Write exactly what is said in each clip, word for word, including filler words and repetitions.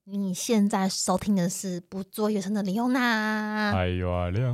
你现在收听的是不做野生的李欧娜。 哎呦阿亮，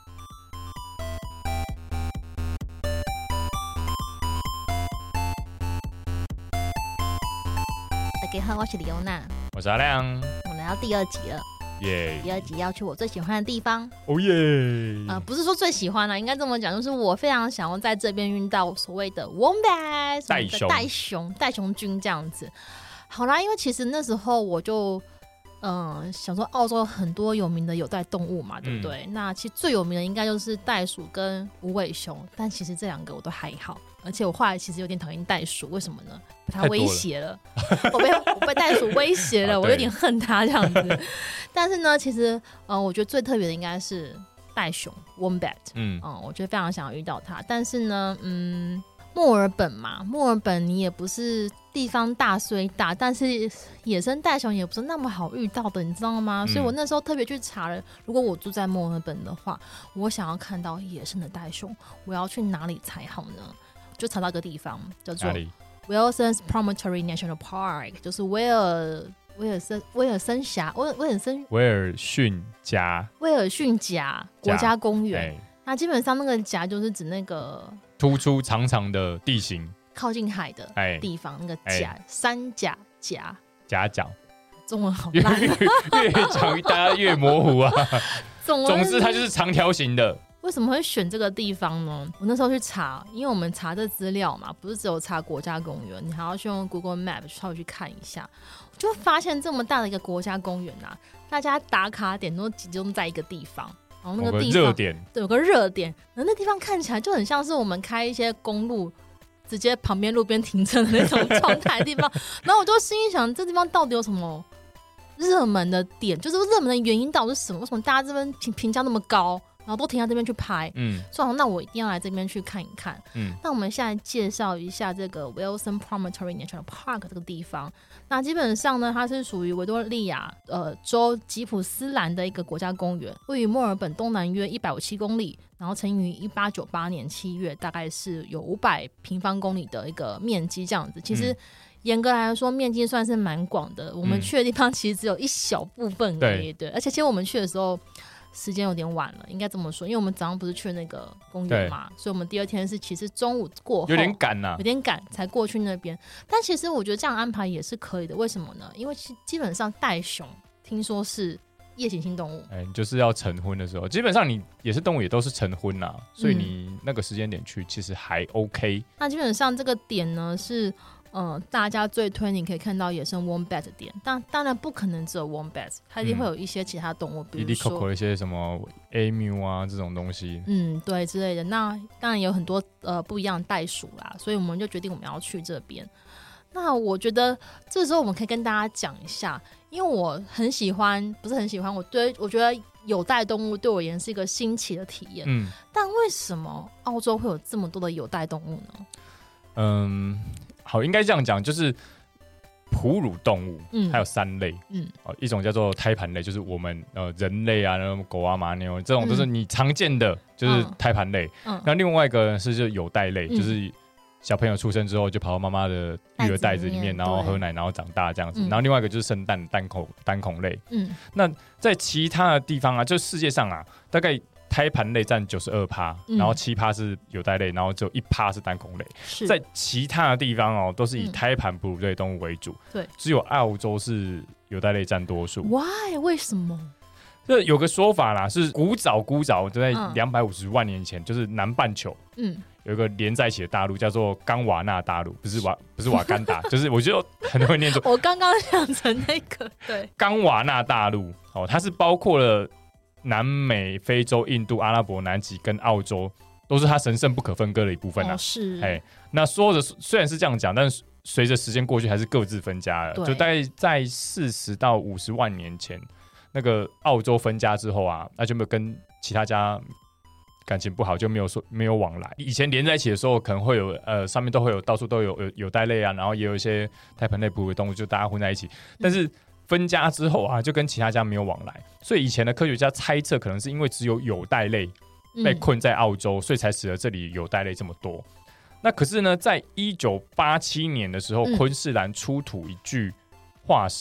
大家好，我是李欧娜， 我是阿亮， 我们来到第二集了。 耶！ 第二集要去我最喜欢的地方。 哦耶！ 呃，不是说最喜欢啦，应该这么讲，就是我非常想要在这边遇到所谓的 wombat 袋熊、 袋熊、袋熊君这样子。好啦，因为其实那时候我就嗯、呃、想说，澳洲有很多有名的有袋动物嘛，对不对？嗯、那其实最有名的应该就是袋鼠跟无尾熊，但其实这两个我都还好。而且我后来其实有点讨厌袋鼠，为什么呢？被它威胁了，了我被我被袋鼠威胁了，我有点恨它这样子。但是呢，其实呃，我觉得最特别的应该是袋熊 wombat， 嗯嗯，我觉得非常想要遇到它。但是呢，嗯，墨尔本嘛，墨尔本你也不是地方大虽大，但是野生袋熊也不是那么好遇到的，你知道吗？嗯、所以我那时候特别去查了，如果我住在墨尔本的话，我想要看到野生的袋熊，我要去哪里才好呢？就查到一个地方叫做 Wilson's Promontory National Park， 就是威尔威尔森威尔森峡威威尔森威尔逊峡威尔逊峡国家公园。欸、那基本上那个峡就是指那个突出长长的地形， 靠近海的地方，欸、那个峡、欸、三甲峡夹角， 中文好烂， 越讲大家越模糊啊。总之，它就是长条形的。 为什么会选这个地方呢？我那时候去查，因为我们查这资料嘛，不是只有查国家公园，你还要去用 Google Map 稍微去看一下，我就发现这么大的一个国家公园啊，大家打卡点都集中在一个地方，然后那个地方有个热点， 对，有个热点，然后那地方看起来就很像是我们开一些公路，直接旁边路边停车的那种状态的地方，然后我就心里想，这地方到底有什么热门的点？就是热门的原因到底是什么？为什么大家这边评评价那么高？然后都停在这边去拍，嗯，所以那我一定要来这边去看一看。嗯，那我们现在介绍一下这个 Wilson Promontory National Park 这个地方。那基本上呢，它是属于维多利亚呃州吉普斯兰的一个国家公园，位于墨尔本东南约一百五十七公里，然后成立于一八九八年七月，大概是有五百平方公里的一个面积这样子。其实严格来说，面积算是蛮广的。我们去的地方其实只有一小部分而已，对。而且其实我们去的时候时间有点晚了，应该这么说，因为我们早上不是去那个公园嘛，所以我们第二天是其实中午过后有点赶呐、啊， 有点赶才过去那边。但其实我觉得这样安排也是可以的，为什么呢？因为基本上袋熊听说是夜行性动物， 哎、欸，就是要晨昏的时候，基本上你野生动物也都是晨昏啦，所以你那个时间点去其实还 OK、嗯。 那基本上这个点呢是。嗯，大家最推你可以看到野生 wombat 的点，但当然不可能只有 wombat， 它一定会有一些其他动物，嗯、比如说一些什么 emu 啊这种东西， 嗯，对之类的。那当然有很多呃不一样的袋鼠啦，所以我们就决定我们要去这边。那我觉得这时候我们可以跟大家讲一下，因为我很喜欢，不是很喜欢，我对我觉得有袋动物对我而言是一个新奇的体验。嗯，但为什么澳洲会有这么多的有袋动物呢？ 嗯。好，应该这样讲，就是哺乳动物，嗯，还有三类，嗯，一种叫做胎盘类，就是我们呃人类啊，然后狗啊、马牛这种都是你常见的，就是胎盘类。嗯，那另外一个是就有袋类，嗯、就是小朋友出生之后就跑到妈妈的育儿袋子里面，然后喝奶，然后长大这样子。嗯、然后另外一个就是生蛋单孔单孔类。嗯，那在其他的地方啊，就世界上啊，大概胎盘类占 百分之九十二， 然后 百分之七 是有袋类，然后只有 百分之一 是单孔类。在其他的地方哦，都是以胎盘哺乳类动物为主。对、嗯，只有澳洲是有袋类占多数。 Why？ 为什么？ 这有个说法啦，是古早古早就在两百五十万年前，嗯、就是南半球，嗯，有一个连在一起的大陆叫做冈瓦纳大陆，不是瓦不是瓦干达，就是我觉得很多人念错。 我刚刚想成那个对冈瓦纳大陆哦，它是包括了南美、非洲、印度、阿拉伯、南极跟澳洲，都是它神圣不可分割的一部分啊。哦、是，哎，那说的虽然是这样讲，但是随着时间过去，还是各自分家了。就大概在四十到五十万年前，那个澳洲分家之后啊，那就没有跟其他家感情不好，就没有说没有往来。以前连在一起的时候，可能会有呃上面都会有到处都有有有袋类啊，然后也有一些胎盘类哺乳的动物，就大家混在一起，但是。分家之后啊，就跟其他家没有往来，所以以前的科学家猜测，可能是因为只有有袋类被困在澳洲，嗯、所以才使得这里有袋类这么多。那可是呢，在一九八七年的时候，嗯、昆士兰出土一具化石，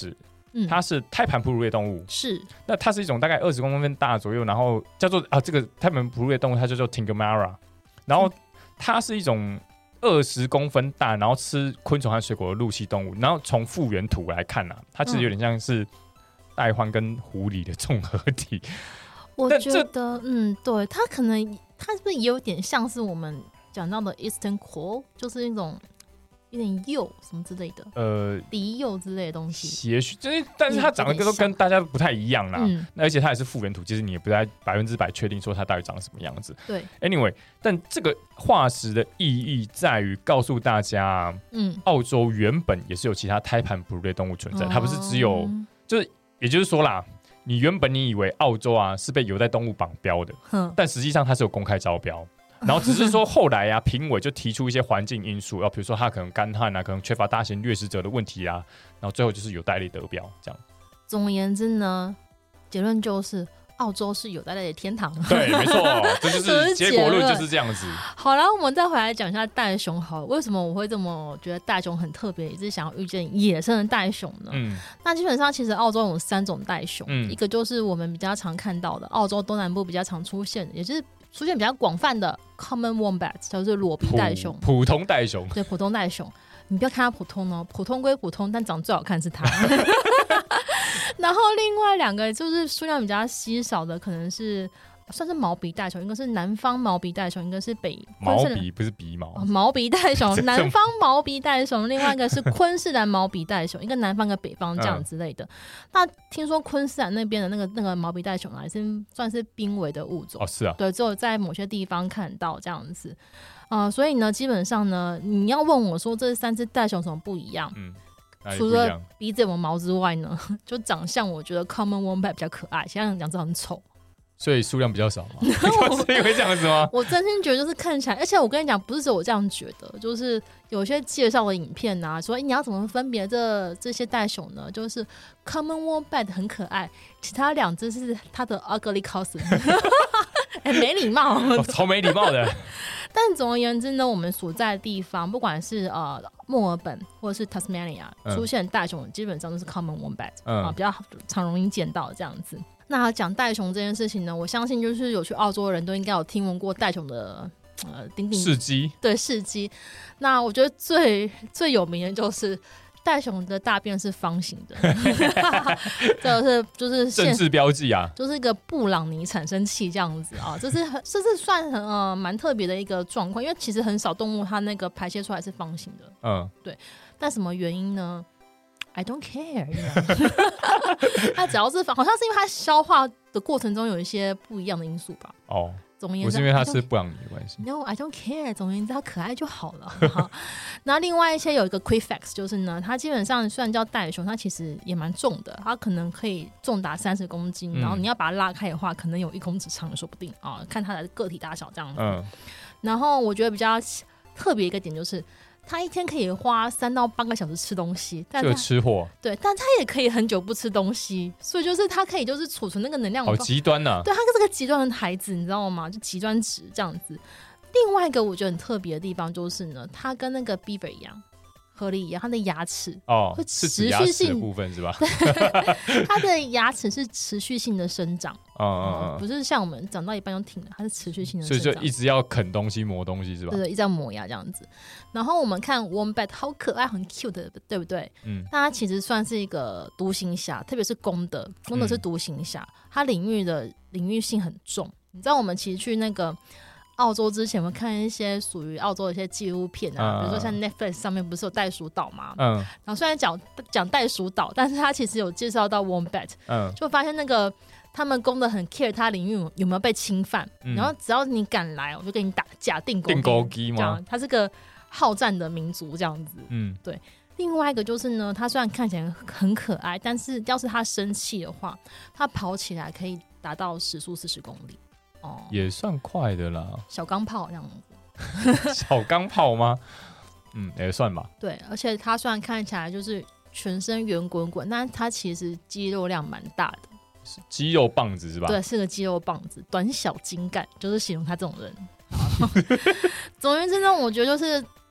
嗯、 它是胎盘哺乳类动物， 是。 那它是一种大概二十公分大左右，然后叫做啊这个胎盘哺乳类动物它就叫 Tingamara， 然后它是一种二十公分大，然后吃昆虫和水果的陆栖动物。然后从复原图来看啊，它其实有点像是袋獾跟狐狸的综合体。 我觉得，嗯，对，它可能它是不是也有点像是我们讲到的 Eastern Quoll， 就是那种有点鼬什么之类的，呃，梨鼬之类的东西。 也许，但是它长得都跟大家不太一样啦。嗯，那而且它也是复原图，其实你也不太百分之百确定说它到底长什么样子。 对 ，anyway， 但这个化石的意义在于告诉大家，嗯，澳洲原本也是有其他胎盘哺乳类动物存在，哦、它不是只有，就是也就是说啦。你原本你以为澳洲啊是被有袋动物绑标的，但实际上它是有公开招标，然后只是说后来啊评委就提出一些环境因素，比如说它可能干旱啊，可能缺乏大型掠食者的问题啊，然后最后就是有袋类得标这样。 总而言之呢，结论就是澳洲是有袋类的天堂。 对，没错，这就是结果论就是这样子。 好了，我们再回来讲一下袋熊好了。为什么我会这么觉得袋熊很特别，也是想要遇见野生的袋熊呢？嗯，那基本上其实澳洲有三种袋熊，嗯、一个就是我们比较常看到的，澳洲东南部比较常出现的，也就是出现比较广泛的 common wombat， 就是裸鼻袋熊， 普通袋熊。 对，普通袋熊。你不要看它普通哦，普通归普通，但长得最好看是它。然后另外两个就是数量比较稀少的，可能是算是毛鼻袋熊，一个是南方毛鼻袋熊，一个是北毛鼻不是鼻毛、 哦、毛鼻袋熊，南方毛鼻袋熊，另外一个是昆士兰毛鼻袋熊，一个南方一个北方这样之类的。嗯、那听说昆士兰那边的那个那个毛鼻袋熊还是算是濒危的物种哦，是啊， 对，只有在某些地方看到这样子。呃，所以呢，基本上呢，你要问我说这三只袋熊有什么不一样？嗯，除了鼻子有毛之外呢，就长相我觉得 common wombat 比较可爱，现在两只很丑， 所以数量比较少嘛。是因为这样子吗？ 我真心觉得就是看起来，而且我跟你讲，不是只有我这样觉得，就是有些介绍的影片啊，说、欸、你要怎么分别这这些袋熊呢？就是 common wombat 很可爱，其他两只是它的 ugly cousin， 哎、欸，没礼貌， 哦、超没礼貌的。 但总而言之呢，我们所在的地方，不管是呃墨尔本或者是 Tasmania、嗯、出现袋熊，基本上都是 common wombat、嗯啊、比较常容易见到这样子。那讲袋熊这件事情呢，我相信就是有去澳洲的人都应该有听闻过袋熊的呃鼎鼎事迹， 对事迹。那我觉得最最有名的就是袋熊的大便是方形的，这个是就是政治标记啊， 就是一个布朗尼产生器这样子啊，这是这是算很呃蛮特别的一个状况，因为其实很少动物它那个排泄出来是方形的，嗯，对。但什么原因呢 ？I don't care 它只要是好像是因为它消化的过程中有一些不一样的因素吧。 哦。不是因为它是布朗尼的关系 No, I don't care 总而言之它可爱就好了。好，那另外一些有一个 quick facts 就是呢，它基本上虽然叫袋熊，它其实也蛮重的，它可能可以重达三十公斤、嗯、然后你要把它拉开的话可能有一公尺长说不定啊，看它的个体大小这样子、嗯、然后我觉得比较特别一个点就是他一天可以花三到八个小时吃东西，但这个吃货对，但他也可以很久不吃东西，所以就是他可以就是储存那个能量， 好极端呐、啊！ 对，他是个极端的孩子，你知道吗？就极端值这样子。另外一个我觉得很特别的地方就是呢，他跟那个 beaver 一样，河狸一样，他的牙齿哦会持续性的部分是吧？ 他的牙齿是持续性的生长，哦哦哦，不是像我们长到一半就停了，它是持续性的生长， 所以就一直要啃东西、磨东西是吧？ 对对，一直要磨牙这样子。然后我们看 wombat 好可爱、很 cute 的，对不对？嗯，那它其实算是一个独行侠，特别是公的，公的是独行侠，嗯、它领域的领域性很重。你知道我们其实去那个澳洲之前，我们看一些属于澳洲的一些纪录片啊，嗯、比如说像 Netflix 上面不是有袋鼠岛吗？嗯，然后虽然讲讲袋鼠岛，但是它其实有介绍到 wombat， 嗯，就发现那个他们公的很 care 它领域有没有被侵犯，嗯、然后只要你敢来，我就跟你打架定勾定勾机吗？ 它是个好战的民族这样子，嗯，对。另外一个就是呢，它虽然看起来很可爱，但是要是它生气的话，它跑起来可以达到时速四十公里。哦， 也算快的啦， 小钢炮这样子。 小钢炮吗？嗯，也算吧。 对，而且它虽然看起来就是全身圆滚滚，但它其实肌肉量蛮大的， 是肌肉棒子是吧？ 对，是个肌肉棒子，短小精干，就是形容他这种人。总而言之呢，我觉得就是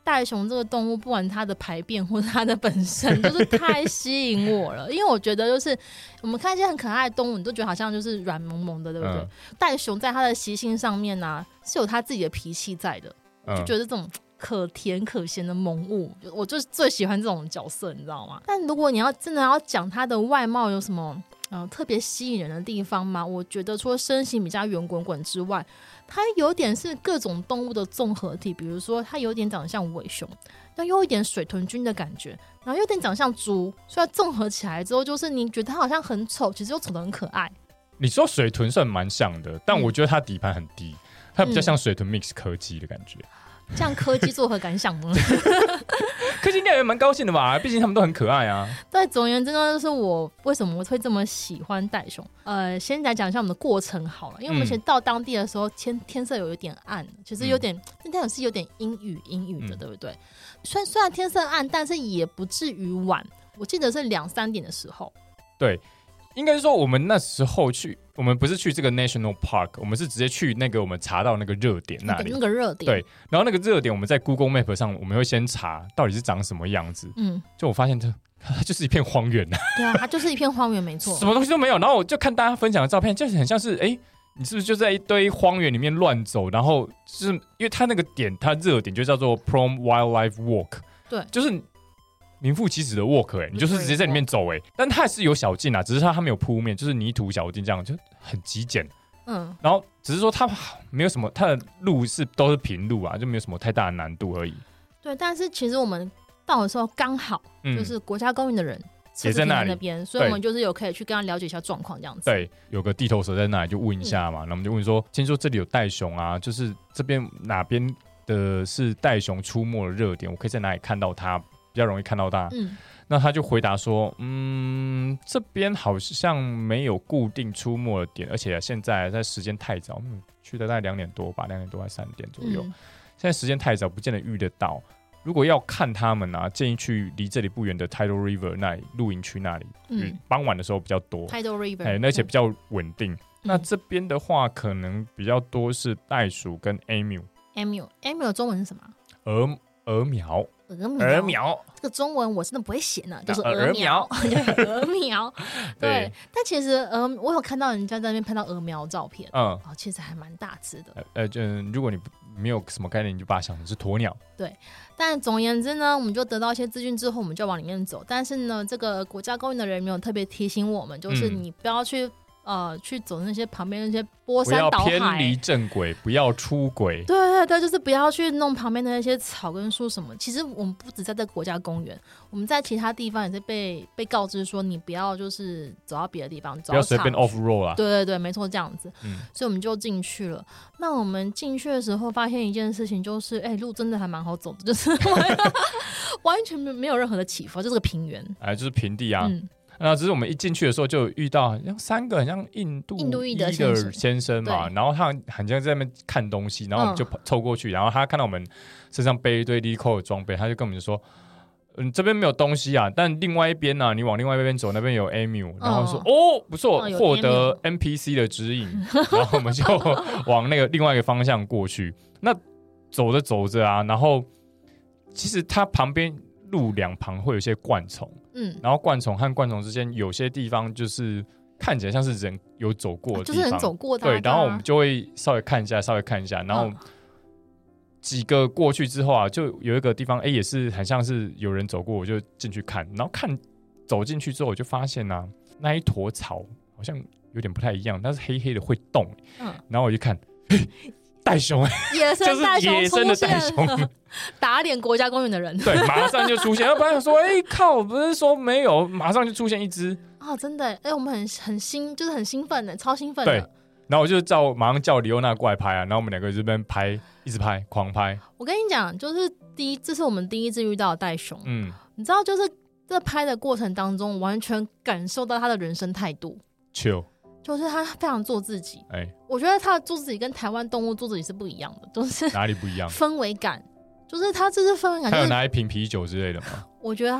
袋熊这个动物，不管它的排便或者它的本身，就是太吸引我了。因为我觉得就是我们看一些很可爱的动物，你都觉得好像就是软萌萌的，对不对？袋、嗯、熊在它的习性上面呢、啊，是有它自己的脾气在的，嗯、就觉得这种可甜可咸的萌物，我就最喜欢这种角色，你知道吗？但如果你要真的要讲它的外貌有什么嗯、呃、特别吸引人的地方吗？我觉得除了身形比较圆滚滚之外，它有点是各种动物的综合体，比如说它有点长得像尾熊，但又有一点水豚君的感觉，然后有点长得像猪，所以它综合起来之后，就是你觉得它好像很丑，其实又丑得很可爱。你说水豚算蛮像的，但我觉得它底盘很低，它比较像水豚 mix 柯基的感觉。 嗯、这样柯基作何感想呢？ 柯基应该也蛮高兴的吧，毕竟他们都很可爱啊。 对，总而言之呢，就是我为什么会这么喜欢袋熊。呃，先来讲一下我们的过程好了，因为我们其实到当地的时候，天天色有一点暗，其实有点那天是有点阴雨阴雨的，嗯、对不对？虽然虽然天色暗，但是也不至于晚。我记得是两三点的时候。 对。应该是说我们那时候去，我们不是去这个 National Park， 我们是直接去那个我们查到那个热点那里， 那个热点。 对，然后那个热点我们在 Google Map 上，我们会先查到底是长什么样子。嗯，就我发现这它就是一片荒原啊。 对啊，它就是一片荒原，没错， 什么东西都没有。然后我就看大家分享的照片，就是很像是哎，你是不是就在一堆荒原里面乱走？然后就是因为它那个点，它热点就叫做 Prom Wildlife Walk， 对，就是。名副其实的 walk 哎、欸，你就是直接在里面走哎、欸，但它还是有小径啊，只是它它没有铺面，就是泥土小径这样，就很极简。嗯，然后只是说它没有什么，它的路是都是平路啊，就没有什么太大的难度而已。 对，但是其实我们到的时候刚好就是国家公园的人也在那边，所以我们就是有可以去跟他了解一下状况这样子。 对，有个地头蛇在那里就问一下嘛，然、嗯、后我们就问说，听说这里有袋熊啊，就是这边哪边的是袋熊出没的热点，我可以在哪里看到它？比较容易看到它，嗯，那他就回答说，嗯，这边好像没有固定出没的点，而且现在在时间太早，嗯，去的大概两点多吧，两点多还三点左右，嗯、现在时间太早，不见得遇得到。如果要看他们啊，建议去离这里不远的 Tidal River 那里露营区那里，嗯，傍晚的时候比较多 Tidal River， 哎，而且比较稳定。嗯、那这边的话，可能比较多是袋鼠跟 emu。emu，emu 中文是什么？ 鹅鹅苗。 鹅苗，这个中文我真的不会写呢，就是鹅苗，鹅苗。对，但其实鹅，我有看到人家在那边拍到鹅苗照片，嗯，哦，其实还蛮大只的。 呃，就如果你没有什么概念，你就把它想成是鸵鸟。 对，但总而言之呢，我们就得到一些资讯之后，我们就往里面走。但是呢，这个国家公园的人没有特别提醒我们，就是你不要去。呃，去走那些旁边那些波山岛海， 不要偏离正轨，不要出轨。 对对对，就是不要去弄旁边的那些草跟树什么。其实我们不止在这个国家公园，我们在其他地方也是被被告知说，你不要就是走到别的地方， 不要随便 off road 啦。 对对对，没错，这样子。嗯，所以我们就进去了。那我们进去的时候发现一件事情，就是哎、欸，路真的还蛮好走的，就是完全没有任何的起伏，就是个平原， 哎，就是平地啊。嗯，那只是我们一进去的时候就遇到像三个很像印度印度裔的先生嘛，然后他很像在那边看东西，然后我们就凑过去，嗯、然后他看到我们身上背一堆 Lico 的装备，他就跟我们就说：“嗯，这边没有东西啊，但另外一边呢、啊，你往另外一边走，那边有 emu。”然后说：“哦，哦不错，获、哦、得 N P C 的指引。”然后我们就往那个另外一个方向过去。那走着走着啊，然后其实它旁边路两旁会有一些灌丛。嗯，然后灌丛和灌丛之间有些地方就是看起来像是人有走过的地方， 就是人走过的、啊。 对，然后我们就会稍微看一下，稍微看一下，然后几个过去之后啊，就有一个地方，哎，也是很像是有人走过，我就进去看，然后看走进去之后，我就发现啊，那一坨草好像有点不太一样，它是黑黑的会动，嗯，然后我就看。袋熊， 野生袋熊， 就是野生的袋熊， 打脸国家公园的人， 对，马上就出现。要不然说，哎、欸、靠，不是说没有，马上就出现一只啊、哦，真的，哎、欸，我们很很兴，就是很兴奋的，超兴奋的。 对，然后我就叫马上叫李欧娜过来拍啊，然后我们两个这边拍，一直拍，狂拍。 我跟你讲，就是第一，这是我们第一次遇到的袋熊，嗯，你知道，就是在拍的过程当中，完全感受到他的人生态度 ，chill。 就是他非常做自己，哎、欸，我觉得他的做自己跟台湾动物做自己是不一样的，就是哪里不一样？ 氛围感，就是他这是氛围感、就是。 他有拿一瓶啤酒之类的吗？ 我觉得他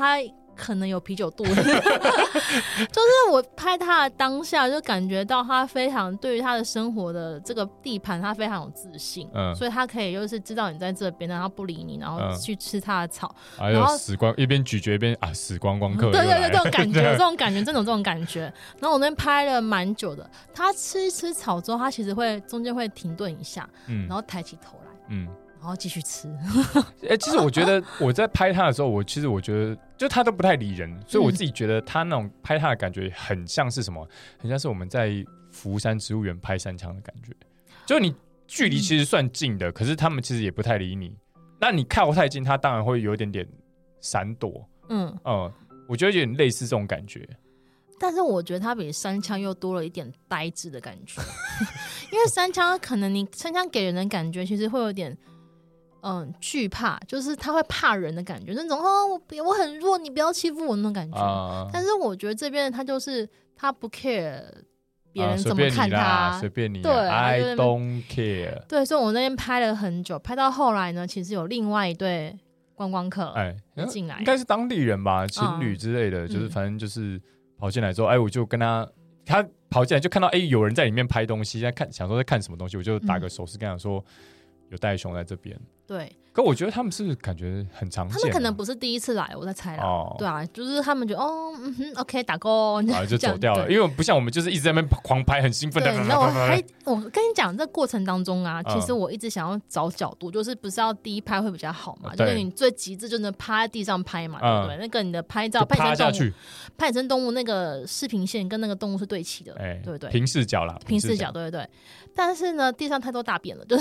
可能有啤酒肚就是我拍他的当下就感觉到他非常对于他的生活的这个地盘他非常有自信、嗯、所以他可以就是知道你在这边然后不理你然后去吃他的草、 嗯、然后死光一边咀嚼一边啊死光光客、 嗯、对对对这种感觉这种感觉真的有这种感觉然后我那边拍了蛮久的他吃一吃草之后他其实会中间会停顿一下、嗯、然后抬起头来嗯然后继续吃欸、其实我觉得我在拍他的时候我其实我觉得就他都不太理人所以我自己觉得他那种拍他的感觉很像是什么很像是我们在福山植物园拍山羌的感觉就是你距离其实算近的、嗯、可是他们其实也不太理你那你靠太近他当然会有一点点闪躲嗯嗯，我觉得有点类似这种感觉但是我觉得它比山羌又多了一点呆滞的感觉因为山羌可能你山羌给人的感觉其实会有点嗯，惧怕就是他会怕人的感觉那种哦，我我很弱你不要欺负我那种感觉、uh, 但是我觉得这边他就是他不 care 别人怎么看他随便你啦对 I don't care 对所以我那边拍了很久拍到后来呢其实有另外一对观光客哎进来应该是当地人吧情侣之类的、嗯、就是反正就是跑进来之后哎我就跟他他跑进来就看到哎有人在里面拍东西在看想说在看什么东西我就打个手势跟他说、嗯有袋熊在这边， 对。 可我觉得他们是不是感觉很常见、啊？ 他们可能不是第一次来，我在猜啦。哦，对啊，就是他们觉得哦，嗯哼 ，OK， 打勾，然后就走掉了。因为不像我们就是一直在那边狂拍，很兴奋的。 那我还我跟你讲，这过程当中啊，其实我一直想要找角度，就是不是要第一拍会比较好嘛？就是你最极致就能趴在地上拍嘛，对不对？那个你的拍照趴下去， 拍成动物那个视频线跟那个动物是对齐的，对不对？ 平视角啦， 平视角，对对对。但是呢，地上太多大便了，就是。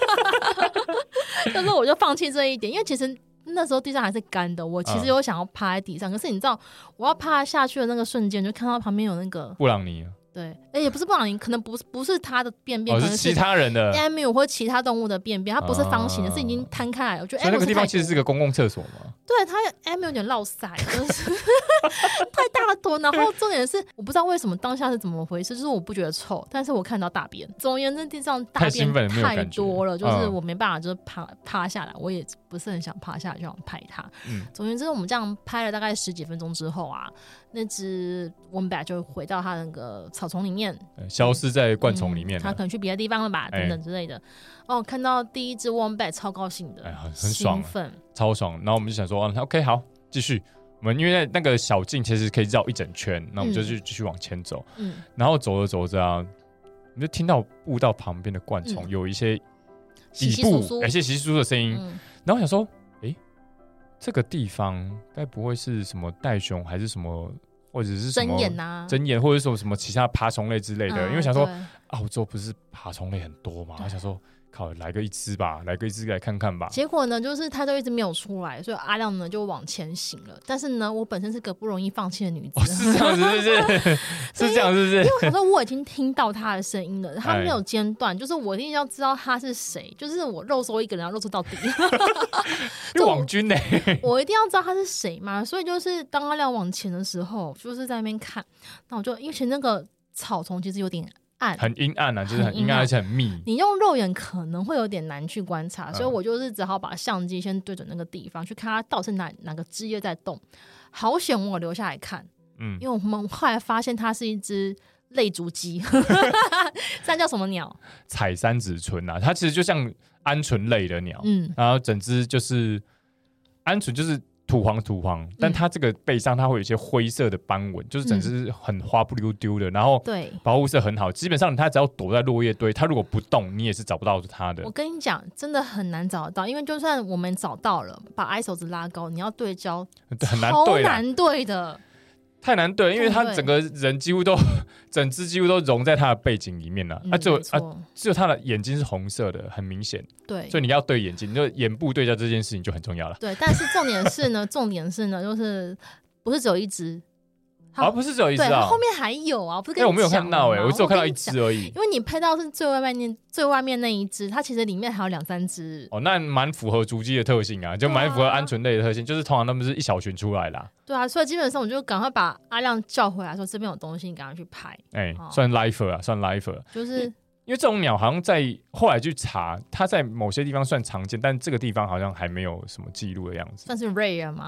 但是我就放弃这一点，因为其实那时候地上还是干的，我其实有想要趴在地上、嗯、可是你知道我要趴下去的那个瞬间就看到旁边有那个布朗尼对、欸、也不是布朗尼可能不是不是他的便便、哦、 可能是其他人的 emu 或其他动物的便便它不是方形的、哦、是已经摊开来我觉得所以那个地方其实是个公共厕所吗对它 emu 有点落塞就是太大坨然后重点是我不知道为什么当下是怎么回事就是我不觉得臭但是我看到大便总而言之地上大便太多了就是我没办法就是趴趴下来我也不是很想趴下来就想拍它、嗯、总而言之我们这样拍了大概十几分钟之后啊那只 wombat 就回到它那个草丛里面消失在灌丛里面、嗯、 它可能去别的地方了吧、欸、等等之类的哦，看到第一只 wombat 超高兴的、欸、很, 很爽兴奋超爽然后我们就想说、啊、OK 好继续我们因为那个小径其实可以绕一整圈那我们就继续往前走、嗯、然后走着走着啊我们就听到步道旁边的灌丛、嗯、有一些底部有一些稀稀疏疏的声音、嗯、然后我想说诶这个地方该不会是什么袋熊还是什么或者是什么针眼啊针眼或者说什么其他爬虫类之类的、嗯、因为想说澳洲不是爬虫类很多嘛我想说靠来个一只吧来个一只来看看吧结果呢就是他都一直没有出来所以阿亮呢就往前行了但是呢我本身是个不容易放弃的女子、 哦、是这样子是不是是这样是不是因为我想说我已经听到他的声音了他没有间断就是我一定要知道他是谁就是我肉搜一个人要肉搜到底就网军呢、欸、 我一定要知道他是谁嘛所以就是当阿亮往前的时候就是在那边看那我就因为其实那个草丛其实有点暗很阴暗啊就是很阴暗而且很密你用肉眼可能会有点难去观察、嗯、所以我就是只好把相机先对准那个地方去看它到底是 哪, 哪个枝叶在动好险我留下来看、嗯、因为我们后来发现它是一只类竹鸡这叫什么鸟采三子鹑啊它其实就像鹌鹑类的鸟、嗯、然后整只就是鹌鹑就是土黄土黄但它这个背上它会有一些灰色的斑纹、嗯、就是整只很花不溜丢的然后保护色很好基本上它只要躲在落叶堆它如果不动你也是找不到它的我跟你讲真的很难找得到因为就算我们找到了把 I 手指拉高你要对焦很难对超难对的太难对了因为他整个人几乎都整只几乎都融在他的背景里面了、嗯啊、只有、啊、只有他的眼睛是红色的很明显对所以你要对眼睛你就眼部对焦这件事情就很重要了对但是重点是呢重点是呢就是不是只有一只啊不是只有一只啊对后面还有啊不是跟你讲、欸、 我没有看到哎、欸、我只有看到一只而已因为你拍到是最外面最外面那一只它其实里面还有两三只哦那蛮符合竹鸡的特性啊就蛮符合鹌鹑类的特性、啊、就是通常他们是一小群出来啦对啊所以基本上我就赶快把阿亮叫回来说这边有东西你赶快去拍哎、欸哦、算 lifer 啊算 lifer 就是因为这种鸟好像在后来去查它在某些地方算常见但这个地方好像还没有什么记录的样子算是 rare 吗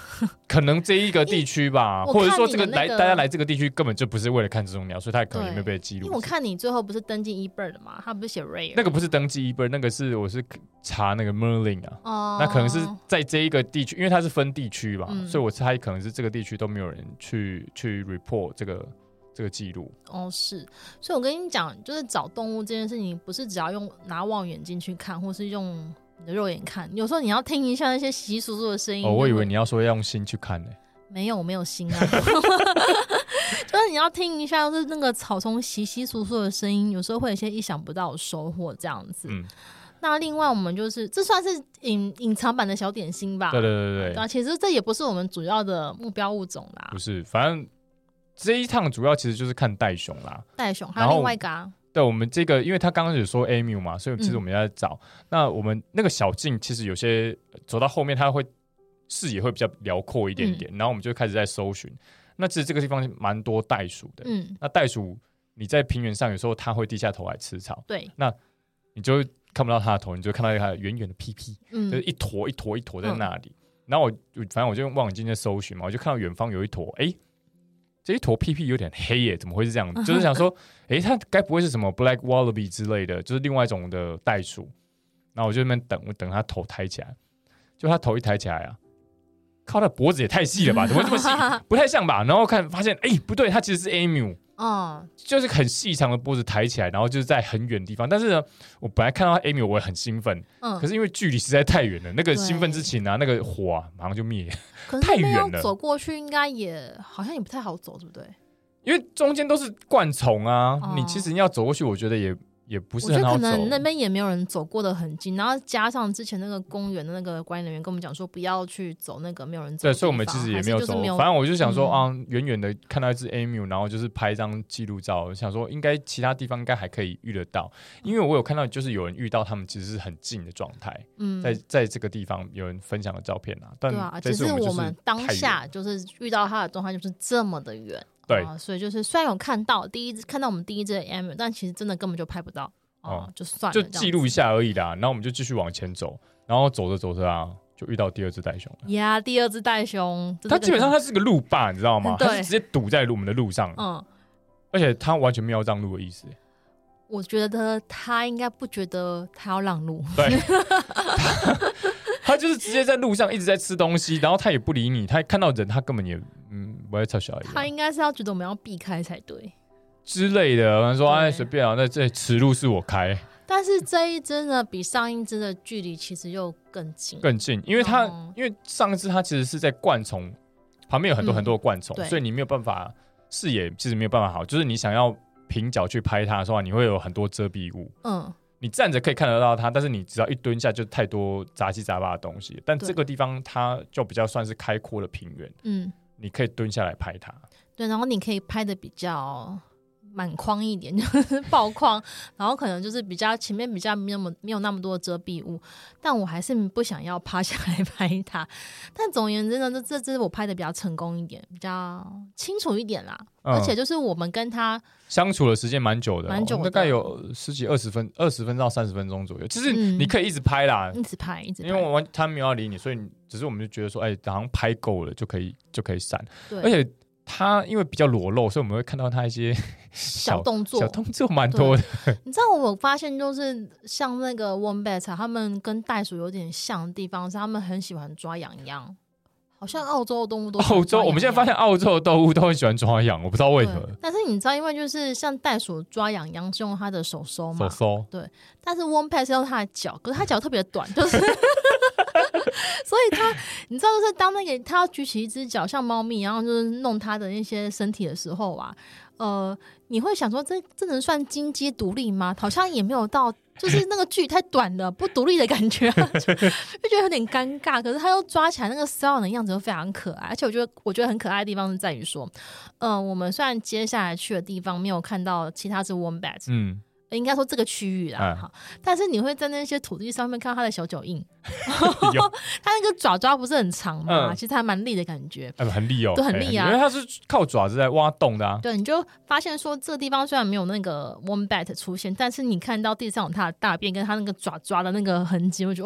可能这一个地区吧，或者说这个来大家来这个地区根本就不是为了看这种鸟，所以它可能也没有被记录。 因为我看你最后不是登记 eBird 嘛，它不是写 rare， 那个不是登记 eBird， 那个是我是查那个 Merlin 啊，哦、那可能是在这一个地区，因为它是分地区嘛、嗯，所以我猜可能是这个地区都没有人去去 report 这个这个记录。 哦，是，所以我跟你讲，就是找动物这件事情，不是只要用拿望远镜去看，或是用你的肉眼看，有时候你要听一下那些稀稀疏疏的声音。 哦，我以为你要说要用心去看呢、欸。 没有，我没有心啊。就是你要听一下，就是那个草丛稀稀疏疏的声音，有时候会有一些意想不到的收获，这样子。嗯。那另外，我们就是这算是隐隐藏版的小点心吧？ 对对对对。 对啊，其实这也不是我们主要的目标物种啦。 不是，反正这一趟主要其实就是看袋熊啦。 袋熊还有另外一个啊。 对，我们这个，因为他刚刚有说 emu 嘛，所以其实我们要在找、嗯。那我们那个小径其实有些走到后面，它会视野会比较辽阔一点点、嗯，然后我们就开始在搜寻。那其实这个地方蛮多袋鼠的，嗯，那袋鼠你在平原上有时候它会低下头来吃草， 对， 那你就看不到它的头，你就看到它远远的屁屁，嗯，就是一坨一坨一坨在那里。嗯、然后我反正我就用望远镜在搜寻嘛，我就看到远方有一坨，哎、欸。这一坨屁屁有点黑耶，怎么会是这样？就是想说，哎、欸，它该不会是什么 black wallaby 之类的，就是另外一种的袋鼠？然后我就在那边等，我等它头抬起来，就它头一抬起来啊，靠，它脖子也太细了吧？怎么会这么细？不太像吧？然后看发现，哎、欸，不对，它其实是 emu。哦，就是很细长的脖子抬起来，然后就是在很远的地方。但是呢，我本来看到 emu 我也很兴奋、嗯，可是因为距离实在太远了，那个兴奋之情啊，那个火啊，马上就灭，太远了。 走过去应该也好像也不太好走，对不对？ 因为中间都是灌丛啊、哦，你其实你要走过去，我觉得也也不是很好走。 我觉得可能那边也没有人走过的痕迹，然后加上之前那个公园的那个管理人员跟我们讲说，不要去走那个没有人走的地方。对，所以我们其实也没有走。 有反正我就想说、嗯、啊，远远的看到一只 emu， 然后就是拍一张记录照，想说应该其他地方应该还可以遇得到，因为我有看到就是有人遇到他们其实是很近的状态，嗯，在在这个地方有人分享的照片啊。但对啊，只是我们当下就是遇到他的状态就是这么的远。 对、 啊，所以就是虽然有看到第一看到我们第一只的 emu， 但其实真的根本就拍不到，哦、嗯，就算了， 就记录一下而已啦。然后我们就继续往前走，然后走着走着啊，就遇到第二只袋熊了。 呀、yeah, 第二只袋熊， 它基本上它是个路霸，你知道吗？它是直接堵在我们的路上，嗯，而且它完全没有让路的意思。 我觉得它应该不觉得它要让路， 对。他就是直接在路上一直在吃东西，然后他也不理你，他看到人他根本也嗯不会吵小孩。 他应该是要觉得我们要避开才对之类的。他说：“哎，随便啊，那这此路是我开。” 但是这一只呢，比上一只的距离其实又更近， 更近，因为它、嗯、因为上一只它其实是在灌丛旁边有很多很多的灌丛、嗯，所以你没有办法视野其实没有办法好，就是你想要平角去拍它的时候，你会有很多遮蔽物。嗯。你站着可以看得到它，但是你只要一蹲下就太多杂七杂八的东西。但这个地方它就比较算是开阔的平原，嗯，你可以蹲下来拍它。 对，然后你可以拍的比较满框一点，就是爆框，然后可能就是比较前面比较没有没有那么多的遮蔽物，但我还是不想要趴下来拍它。但总而言之呢，这这这我拍的比较成功一点，比较清楚一点啦。嗯、而且就是我们跟他相处的时间蛮久的， 蛮久的， 大概有十几二十分、二十分到三十分钟左右。就是你可以一直拍啦， 嗯、一直拍，一直拍， 因为我他没有要理你，所以只是我们就觉得说，哎、欸，好像拍够了就可以就可以闪。而且他因为比较裸露，所以我们会看到他一些小, 小动作， 小动作蛮多的。 你知道我发现就是像那个 wombat， 他们跟袋鼠有点像的地方是，他们很喜欢抓痒痒。好像澳洲的动物都澳洲，我们现在发现澳洲的动物都很喜欢抓痒，我不知道为何。 但是你知道，因为就是像袋鼠抓痒痒是用它的手收嘛， 手收。 对，但是 wombat 是用它的脚，可是它脚特别短，就是，所以它你知道，就是当那个它要举起一只脚，像猫咪，然后就是弄它的那些身体的时候啊，呃，你会想说这这能算金鸡独立吗？好像也没有到。就是那个距离太短了，不独立的感觉、啊，就, 就觉得有点尴尬。可是他又抓起来那个骚扰的样子，又非常可爱。而且我觉得，我觉得很可爱的地方是在于说，嗯、呃，我们虽然接下来去的地方没有看到其他只 wombat， 嗯，应该说这个区域啦，哈、嗯，但是你会在那些土地上面看到它的小脚印，它那个爪爪不是很长吗？嗯、其实还蛮利的感觉， 嗯、很利哦， 对，很利啊， 因为它是靠爪子在挖洞的啊。 对，你就发现说这个地方虽然没有那个 wombat 出现，但是你看到地上有它的大便跟它那个爪爪的那个痕迹，我觉得哦，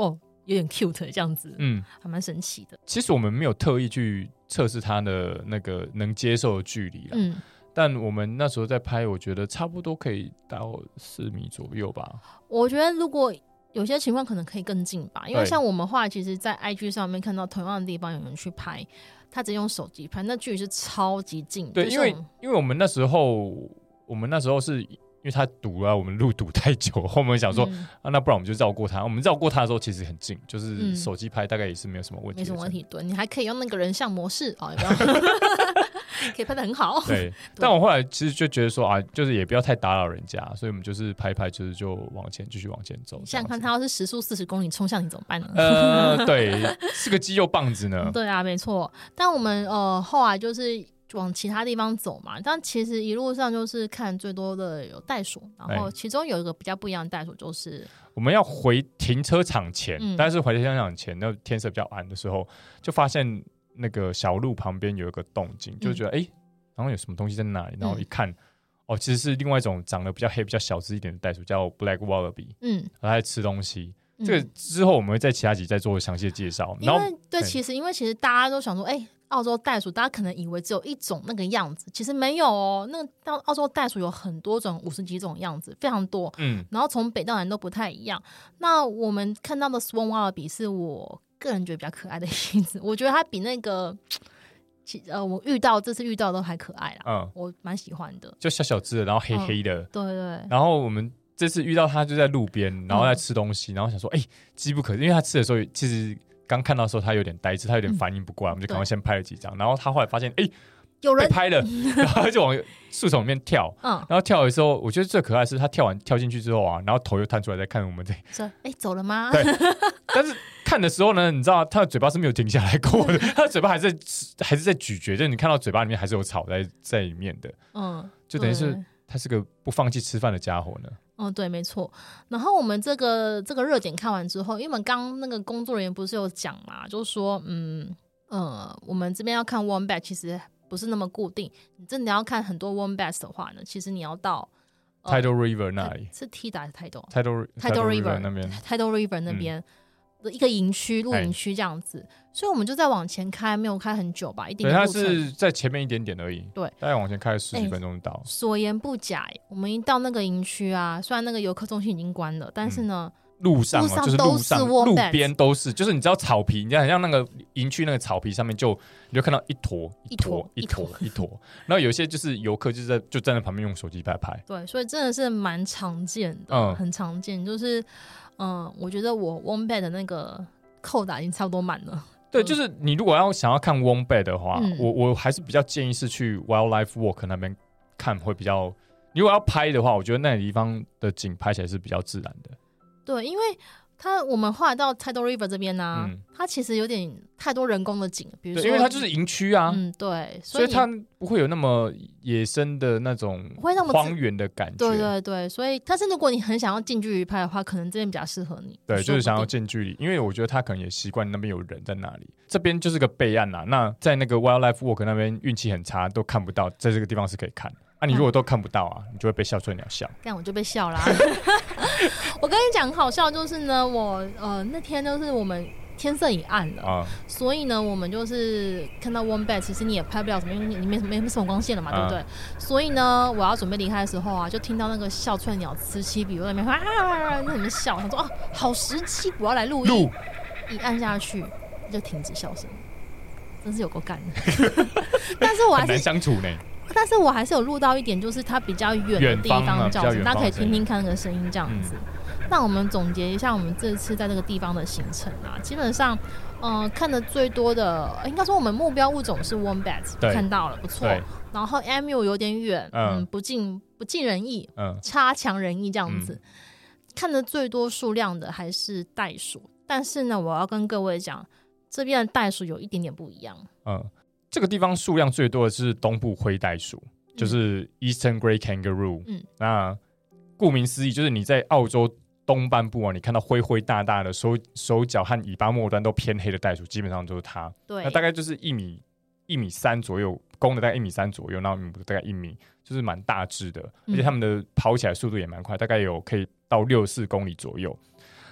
有点 cute 这样子，嗯，还蛮神奇的。 其实我们没有特意去测试它的那个能接受的距离啦，嗯，但我们那时候在拍，我觉得差不多可以到四米左右吧。 我觉得如果有些情况可能可以更近吧，因为像我们后来其实在 I G 上面看到同样的地方有人去拍，他直接用手机拍，那距离是超级近。 对，因为因为我们那时候我们那时候是因为他堵了我们路堵太久，后面想说、嗯啊、那不然我们就绕过他。我们绕过他的时候其实很近，就是手机拍大概也是没有什么问题， 没什么问题。对，你还可以用那个人像模式啊，有没有？可以拍得很好。 对，但我后来其实就觉得说啊，就是也不要太打扰人家，所以我们就是拍拍，就是就往前继续往前走。 想想看，他要是时速四十公里冲向你怎么办呢？ 呃，对，是个肌肉棒子呢。 对啊，没错。但我们呃后来就是往其他地方走嘛，但其实一路上就是看最多的有袋鼠，然后其中有一个比较不一样的袋鼠就是我们要回停车场前，嗯、但是回停车场前，那天色比较暗的时候，就发现。那个小路旁边有一个动静，就觉得哎、嗯欸，然后有什么东西在那里，然后一看，嗯、哦，其实是另外一种长得比较黑、比较小只一点的袋鼠，叫 Black Wallaby， 嗯，它在吃东西。嗯、这个之后我们会在其他集再做详细的介绍。 因为对，其实因为其实大家都想说，哎、欸，澳洲袋鼠，大家可能以为只有一种那个样子，其实没有哦。那个澳洲袋鼠有很多种，五十几种样子，非常多。嗯，然后从北到南都不太一样。那我们看到的 Swan Wallaby 是我个人觉得比较可爱的样子，我觉得它比那个呃我遇到这次遇到都还可爱啦，嗯，我蛮喜欢的， 就小小只的，然后黑黑的， 嗯、对, 对对。 然后我们这次遇到它就在路边，然后在吃东西，嗯、然后想说，哎、欸，机不可失，因为它吃的时候其实刚看到的时候它有点呆滞，它有点反应不过来，嗯、我们就赶快先拍了几张，然后他后来发现，哎、欸。 有人被拍了，然后就往树丛里面跳，嗯，然后跳的时候，我觉得最可爱的是他跳完跳进去之后啊，然后头又探出来在看我们这， 说：“哎、欸，走了吗？” 对，但是看的时候呢，你知道他的嘴巴是没有停下来过的，他的嘴巴还在还是在咀嚼，就是你看到嘴巴里面还是有草在在里面的，嗯，就等于是他是个不放弃吃饭的家伙呢。 嗯，对，没错。然后我们这个这个热点看完之后，因为我们刚那个工作人员不是有讲嘛，就是说，嗯呃，我们这边要看 Wombat 其实。不是那么固定，你真的要看很多 Wombats 的话呢，其实你要到、 呃、Tidal River 那里， 是 T 打还是 Tidal Tidal Tidal River 那边 Tidal River 那边的一个营区、露营区这样子，所以我们就再往前开，没有开很久吧，一点点路程。 对，它是在前面一点点而已。 对， 大概往前开十几分钟就到、欸。 所言不假，我们一到那个营区啊，虽然那个游客中心已经关了，但是呢。嗯路上、啊、就是路上路边都是，就是你知道草皮，你看像那个营区那个草皮上面就你就看到一坨一坨一坨一坨，然后有些就是游客就是在就站在旁边用手机拍拍。 对，所以真的是蛮常见的，嗯，很常见。就是嗯，我觉得我 Wombat 的那个扣打已经差不多满了。 对，就是你如果要想要看 Wombat 的话，嗯、我我还是比较建议是去 Wildlife Walk 那边看会比较。如果要拍的话，我觉得那个地方的景拍起来是比较自然的。 对，因为它我们后来到 Tidal River 这边呢、啊嗯，它其实有点太多人工的景，比如说， 因为它就是营区啊， 嗯，对， 所以, 所以它不会有那么野生的那种荒原的感觉， 对对对，所以，但是如果你很想要近距离拍的话，可能这边比较适合你。 对，就是想要近距离，因为我觉得他可能也习惯那边有人在那里，这边就是个备案啦。那在那个 Wildlife Walk 那边运气很差，都看不到，在这个地方是可以看。啊，你如果都看不到啊，你就会被笑春鸟笑。这样我就被笑啦。我跟你讲，很好笑，就是呢，我呃那天就是我们天色已暗了、啊，所以呢，我们就是看到 Wombat， 其实你也拍不了什么，因为你没没没什么光线了嘛，啊、对不对？所以呢，我要准备离开的时候啊，就听到那个笑春鸟此起彼落那边啊，那里面笑，他说啊，好时机，我要来录音，一按下去就停止笑声，真是有够干的。但是我还是很难相处呢。 但是我还是有录到一点，就是它比较远的地方叫声，大家可以听听看那个声音这样子。嗯、那我们总结一下我们这次在这个地方的行程啊，基本上，嗯、呃，看的最多的，应该说我们目标物种是 Wombat， 看到了，不错。然后 Emu 有点远，嗯，嗯不尽不尽人意，嗯，差强人意这样子。嗯、看的最多数量的还是袋鼠，但是呢，我要跟各位讲，这边的袋鼠有一点点不一样，嗯。 这个地方数量最多的是东部灰袋鼠，嗯、就是 Eastern Grey Kangaroo。嗯，那顾名思义，就是你在澳洲东半部啊，你看到灰灰大大的手手脚和尾巴末端都偏黑的袋鼠，基本上都是它。 对， 那大概就是一米一米三左右，公的大概一米三左右，然后母的大概一米，就是蛮大只的，嗯、而且它们的跑起来速度也蛮快，大概有可以到六四公里左右。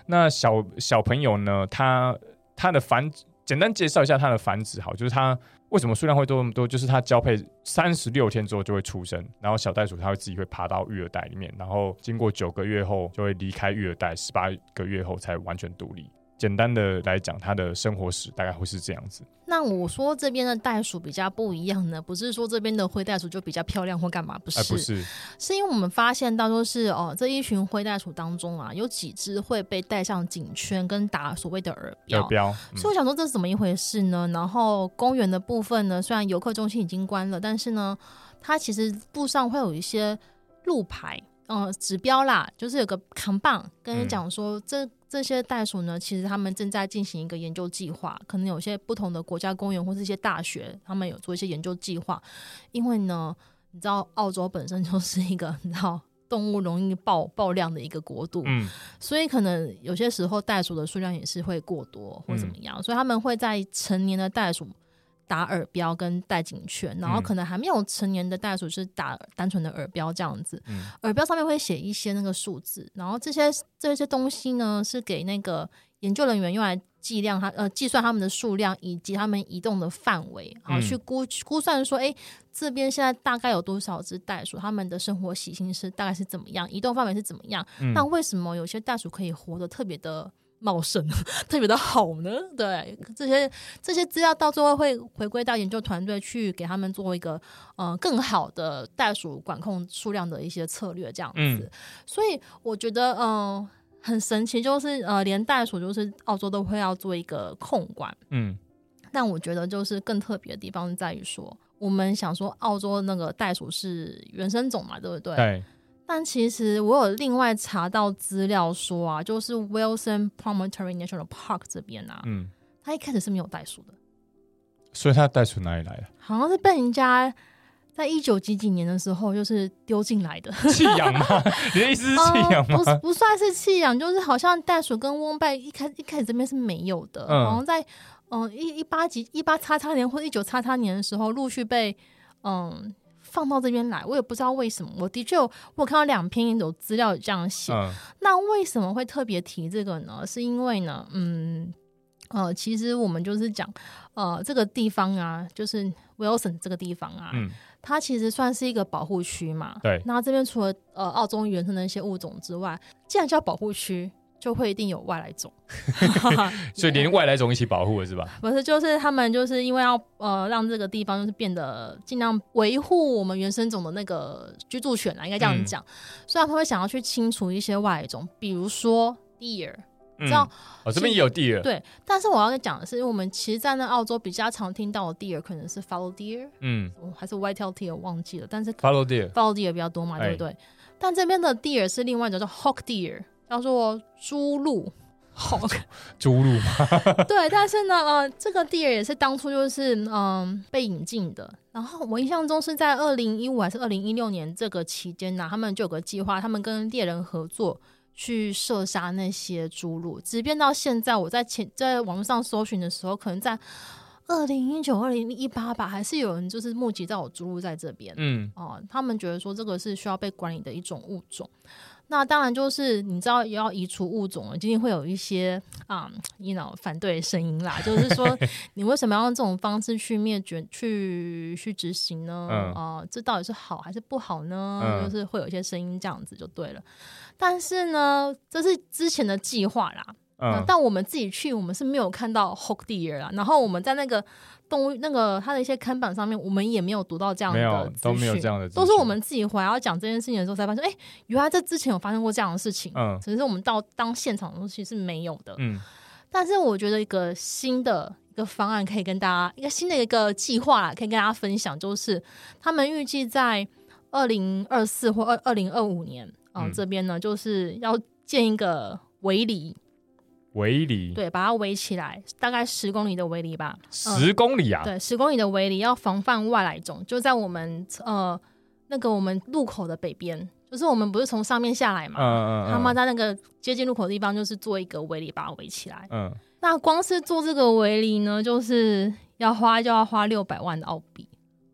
那小小朋友呢，他他的繁简单介绍一下它的繁殖好，就是它为什么数量会多那么多，就是它交配三十六天之后就会出生，然后小袋鼠它会自己会爬到育儿袋里面，然后经过九个月后就会离开育儿袋，十八个月后才完全独立。简单的来讲，它的生活史大概会是这样子。 那我说这边的袋鼠比较不一样呢，不是说这边的灰袋鼠就比较漂亮或干嘛，不是，呃、 不是， 是因为我们发现到就是哦，这一群灰袋鼠当中啊，有几只会被戴上颈圈跟打所谓的耳标， 耳标、 嗯，所以我想说这是怎么一回事呢？然后公园的部分呢，虽然游客中心已经关了，但是呢，它其实路上会有一些路牌。呃，指标啦，就是有个扛棒跟你讲说，嗯、这这些袋鼠呢，其实他们正在进行一个研究计划，可能有些不同的国家公园或是一些大学，他们有做一些研究计划。因为呢，你知道澳洲本身就是一个你知道动物容易爆爆量的一个国度，嗯，所以可能有些时候袋鼠的数量也是会过多或怎么样，嗯、所以他们会在成年的袋鼠打耳标跟戴颈圈，然后可能还没有成年的袋鼠是打单纯的耳标这样子，嗯、耳标上面会写一些那个数字，然后这些这些东西呢是给那个研究人员用来计量它呃计算它们的数量以及它们移动的范围，然后去估估算说，哎，这边现在大概有多少只袋鼠，它们的生活习性是大概是怎么样，移动范围是怎么样？嗯、那为什么有些袋鼠可以活得特别的茂盛特别的好呢？对，这些这些资料到最后会回归到研究团队去给他们做一个呃更好的袋鼠管控数量的一些策略这样子。嗯、所以我觉得嗯、呃、很神奇，就是呃连袋鼠就是澳洲都会要做一个控管。嗯，但我觉得就是更特别的地方在于说，我们想说澳洲那个袋鼠是原生种嘛，对不对？对。但其实我有另外查到资料说啊，就是 Wilson Promontory National Park 这边啊，嗯，它一开始是没有袋鼠的， 所以它袋鼠哪里来的？ 好像是被人家在一九几几年的时候就是丢进来的。 弃养吗？你的意思是弃养吗？ 呃、不, 不算是弃养，就是好像袋鼠跟翁拜一开一开始这边是没有的，嗯、好像在嗯一一八几一八叉叉年或一九叉叉年的时候陆续被嗯。放到这边来，我也不知道为什么。我的确有我看到两篇有资料有这样写、嗯、那为什么会特别提这个呢？是因为呢嗯呃，其实我们就是讲呃这个地方啊，就是 Wilson 这个地方啊、嗯、它其实算是一个保护区嘛。对，那这边除了呃澳洲原生的一些物种之外，既然叫保护区就会一定有外来种所以连外来种一起保护了是吧？ 不是，就是他们就是因为要呃让这个地方就是变得尽量维护我们原生种的那个居住权啦，应该这样讲、嗯、所以他们会想要去清除一些外来种，比如说 deer， 你知道、 嗯、哦这边也有 deer。 对，但是我要讲的是我们其实在那澳洲比较常听到的 deer 可能是 fallow deer， 嗯，还是 white-tailed deer 忘记了，但是 fallow deer fallow deer 比较多嘛，对不对、哎、但这边的 deer 是另外一种叫 hawk deer，叫做猪鹿，好猪鹿吗？ 对，但是呢，呃，这个 deer 也是当初就是嗯、呃、被引进的。然后我印象中是在二零一五还是二零一六年这个期间呢、啊，他们就有个计划，他们跟猎人合作去射杀那些猪鹿。即便到现在，我在前在网络上搜寻的时候，可能在二零一九、二零一八吧，还是有人就是目击到有猪鹿在这边。嗯，哦、呃，他们觉得说这个是需要被管理的一种物种。那当然就是你知道要移除物种，一定会有一些啊、嗯、you know 反对声音啦，就是说你为什么要用这种方式去灭绝、去去执行呢？嗯、呃，这到底是好还是不好呢？嗯、就是会有一些声音这样子就对了。但是呢，这是之前的计划啦。嗯、但我们自己去，我们是没有看到 hawk deer 啦。然后我们在那个动物那个它的一些看板上面，我们也没有读到这样的资讯， 都没有这样的资讯， 都是我们自己回来要讲这件事情的时候才发现，哎、欸，原来这之前有发生过这样的事情。嗯，只是我们到当现场的东西是没有的。嗯，但是我觉得一个新的一个方案可以跟大家，一个新的一个计划啦，可以跟大家分享，就是他们预计在二零二四或二二零二五年啊、呃嗯，这边呢就是要建一个围篱。 围篱， 对，把它围起来，大概十公里的围篱吧。 十公里啊？ 嗯、对，十公里的围篱要防范外来种，就在我们呃那个我们路口的北边，就是我们不是从上面下来嘛，嗯嗯嗯，他们在那个接近路口的地方，就是做一个围篱把它围起来。嗯，那光是做这个围篱呢，就是要花就要花六百万的澳币。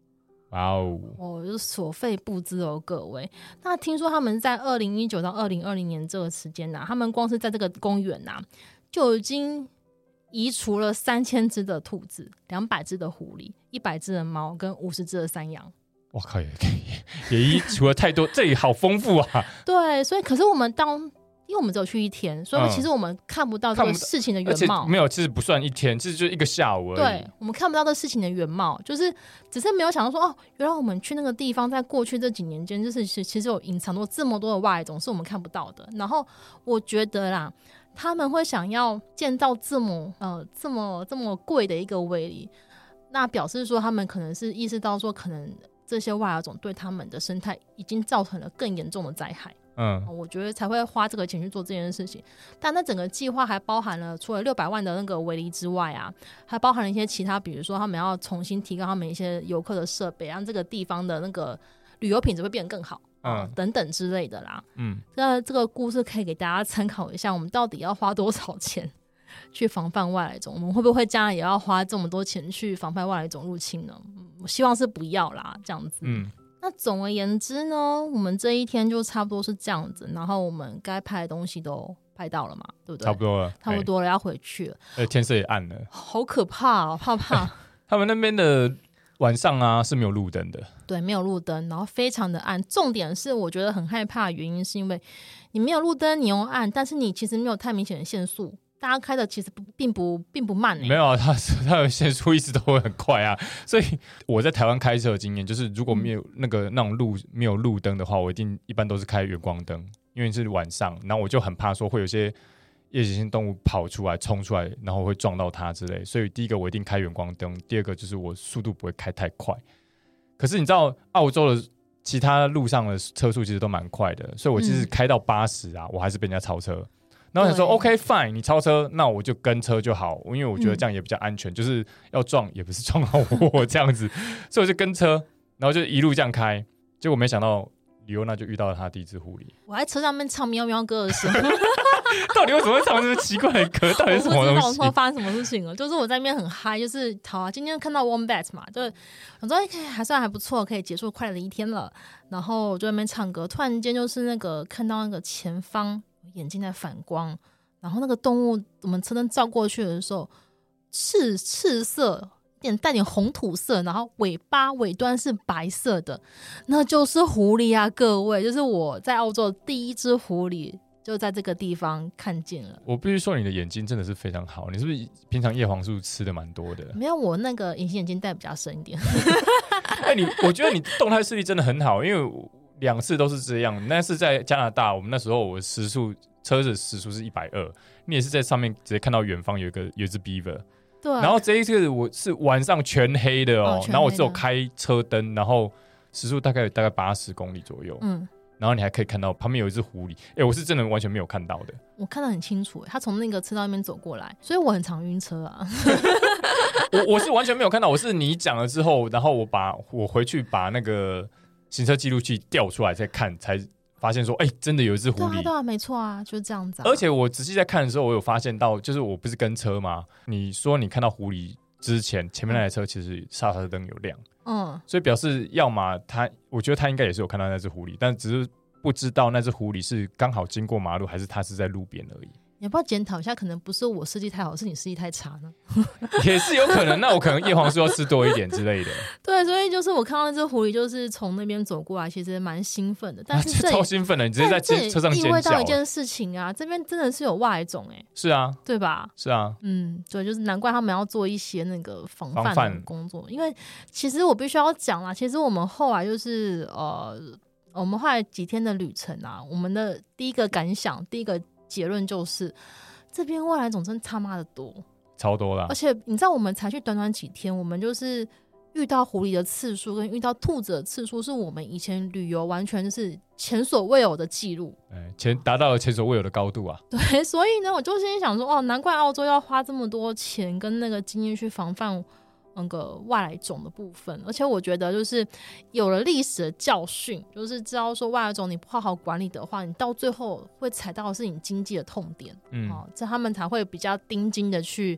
哇哦， 哦，就是所费不赀哦，各位。那听说他们在二零一九到二零二零年这个时间啊，他们光是在这个公园啊，就已经移除了三千只的兔子、两百只的狐狸、一百只的猫跟五十只的山羊。 我靠，也也移除了太多，这里好丰富啊！ 对，所以可是我们当，因为我们只有去一天，所以其实我们看不到这个事情的原貌。 没有，其实不算一天，其实就一个下午而已。 对，我们看不到这事情的原貌，就是只是没有想到说，哦，原来我们去那个地方，在过去这几年间，就是其实有隐藏多这么多的外来种是我们看不到的。然后我觉得啦，他们会想要建造这么呃这么这么贵的一个围篱，那表示说他们可能是意识到说，可能这些外来种对他们的生态已经造成了更严重的灾害。嗯，我觉得才会花这个钱去做这件事情。但那整个计划还包含了除了六百万的那个围篱之外啊，还包含了一些其他，比如说他们要重新提高他们一些游客的设备，让这个地方的那个旅游品质会变得更好，嗯，等等之类的啦。嗯，那这个故事可以给大家参考一下，我们到底要花多少钱去防范外来种？我们会不会将来也要花这么多钱去防范外来种入侵呢？我希望是不要啦，这样子。嗯。那总而言之呢，我们这一天就差不多是这样子，然后我们该拍的东西都拍到了嘛，对不对？ 差不多了， 差不多了，要回去了。 而且天色也暗了， 好可怕哦，怕怕。 他们那边的晚上啊是没有路灯的， 对，没有路灯，然后非常的暗。重点是我觉得很害怕的原因是因为你没有路灯，你又暗，但是你其实没有太明显的限速。大家开的其实并不并不慢、欸、 没有啊，他他的限速一直都会很快啊，所以我在台湾开车的经验就是，如果没有那个那种路没有路灯的话，我一定一般都是开远光灯，因为是晚上，然后我就很怕说会有些夜行性动物跑出来冲出来，然后会撞到它之类，所以第一个我一定开远光灯，第二个就是我速度不会开太快。可是你知道澳洲的其他路上的车速其实都蛮快的，所以我其实开到八十啊、嗯，我还是被人家超车。然后我想说 OK fine 你超车那我就跟车就好，因为我觉得这样也比较安全、嗯、就是要撞也不是撞到我这样子所以我就跟车然后就一路这样开，结果没想到李欧娜就遇到了他第一只狐狸。 我在车上面唱喵喵歌的时候到底为什么会唱这么奇怪的歌？到底是什么东西？ 我不知道说发生什么事情了，就是我在那边很嗨，就是好啊，今天看到 Wombat 嘛，就是我说、欸、还算还不错，可以结束快乐的一天了，然后我就在那边唱歌，突然间就是那个看到那个前方眼睛在反光，然后那个动物我们车灯照过去的时候赤赤色点带点红土色，然后尾巴尾端是白色的，那就是狐狸啊各位，就是我在澳洲第一只狐狸就在这个地方看见了。 我必须说你的眼睛真的是非常好，你是不是平常叶黄素吃的蛮多的？ 没有，我那个隐形眼镜戴比较深一点哎、你我觉得你动态视力真的很好，因为两次都是这样。那是在加拿大，我们那时候我时速车子时速是一百二，你也是在上面直接看到远方有一个有一只 beaver。对。然后这一次我是晚上全黑的 哦, 哦然后我只有开车灯，然后时速大概大概八十公里左右。嗯。然后你还可以看到旁边有一只狐狸，哎，我是真的完全没有看到的。 我看得很清楚，他从那个车道那边走过来，所以我很常晕车啊。 我我是完全没有看到，我是你讲了之后，然后我把我回去把那个行车记录器调出来再看，才发现说，哎，真的有一只狐狸。 对啊，对啊，没错啊，就是这样子、啊。 而且我仔细在看的时候，我有发现到，就是我不是跟车吗？你说你看到狐狸之前，前面那台车其实刹车灯有亮，嗯，所以表示要么他，我觉得他应该也是有看到那只狐狸，但只是不知道那只狐狸是刚好经过马路，还是他是在路边而已。 你要不要检讨一下？可能不是我设计太好，是你设计太差呢？ 也是有可能。那我可能叶黄素要吃多一点之类的。 对，所以就是我看到那只狐狸，就是从那边走过来，其实蛮兴奋的。但是这、 啊、超兴奋的，你直接在车上尖叫。意味到一件事情啊，这边真的是有外来种哎、欸。 是啊， 对吧？ 是啊， 嗯，对，就是难怪他们要做一些那个防范的工作。因为其实我必须要讲啦，其实我们后来就是呃，我们后来几天的旅程啊，我们的第一个感想，第一个结论就是。这边外来种真他妈的多， 超多啦！ 而且你知道，我们才去短短几天，我们就是遇到狐狸的次数跟遇到兔子的次数，是我们以前旅游完全就是前所未有的记录， 哎，前达到了前所未有的高度啊！ 对，所以呢，我就心里想说，哦，难怪澳洲要花这么多钱跟那个经验去防范那个外来种的部分，而且我觉得就是有了历史的教训，就是知道说外来种你不好好管理的话，你到最后会踩到的是你经济的痛点，嗯，哦，这他们才会比较盯紧的去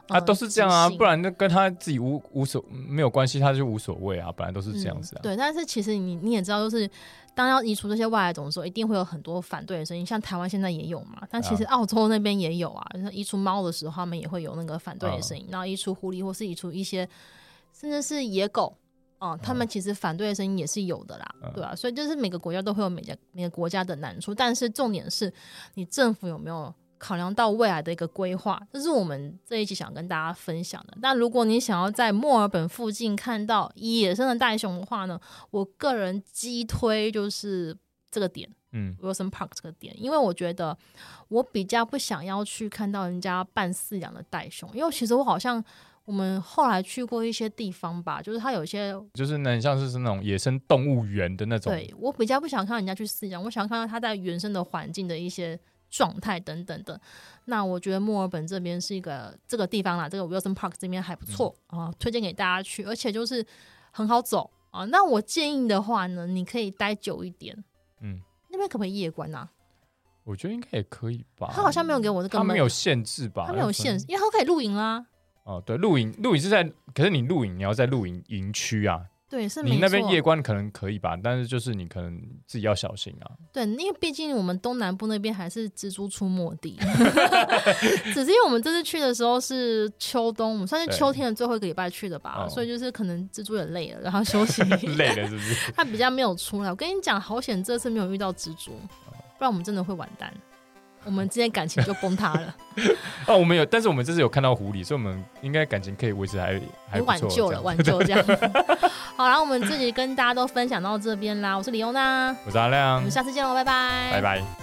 啊，都是这样啊，不然那跟他自己无无所没有关系，他就无所谓啊，本来都是这样子啊。 嗯、对，但是其实你你也知道，就是当要移除这些外来种的时候，一定会有很多反对的声音，像台湾现在也有嘛，但其实澳洲那边也有啊。移除猫的时候，他们也会有那个反对的声音，嗯、然后移除狐狸或是移除一些甚至是野狗。哦、嗯，他们其实反对的声音也是有的啦，嗯、对吧、啊？所以就是每个国家都会有每家每个国家的难处，但是重点是你政府有没有考量到未来的一个规划，这是我们这一集想跟大家分享的。但如果你想要在墨尔本附近看到野生的袋熊的话呢，我个人激推就是这个点，嗯 ，Wilson Park 这个点，因为我觉得我比较不想要去看到人家半饲养的袋熊，因为其实我好像。我们后来去过一些地方吧，就是它有一些就是很像是那种野生动物园的那种。 对，我比较不想看到人家去饲养，我想看到它在原生的环境的一些状态等等的。那我觉得墨尔本这边是一个这个地方啦，这个 Wilson Park 这边还不错、嗯、啊，推荐给大家去，而且就是很好走啊。那我建议的话呢，你可以待久一点。嗯，那边可不可以夜观啊？ 我觉得应该也可以吧。 他好像没有给我这个， 他没有限制吧？ 他没有限制，因为他可以露营啦。 哦，对，露营露营是在，可是你露营你要在露营营区啊。 对，是没错。 你那边夜观可能可以吧，但是就是你可能自己要小心啊。 对，因为毕竟我们东南部那边还是蜘蛛出没地，只是因为我们这次去的时候是秋冬，我们算是秋天的最后一个礼拜去的吧，所以就是可能蜘蛛也累了，然后休息累了是不是？ 它比较没有出来。我跟你讲，好险这次没有遇到蜘蛛，不然我们真的会完蛋。我们之间感情就崩塌了。 哦，我们有，但是我们这次有看到狐狸，所以我们应该感情可以维持还还不错， 挽救了，挽救这样。好，然后我们这集跟大家都分享到这边啦。我是李欧娜， 我是阿亮， 我们下次见喽，拜拜， 拜拜。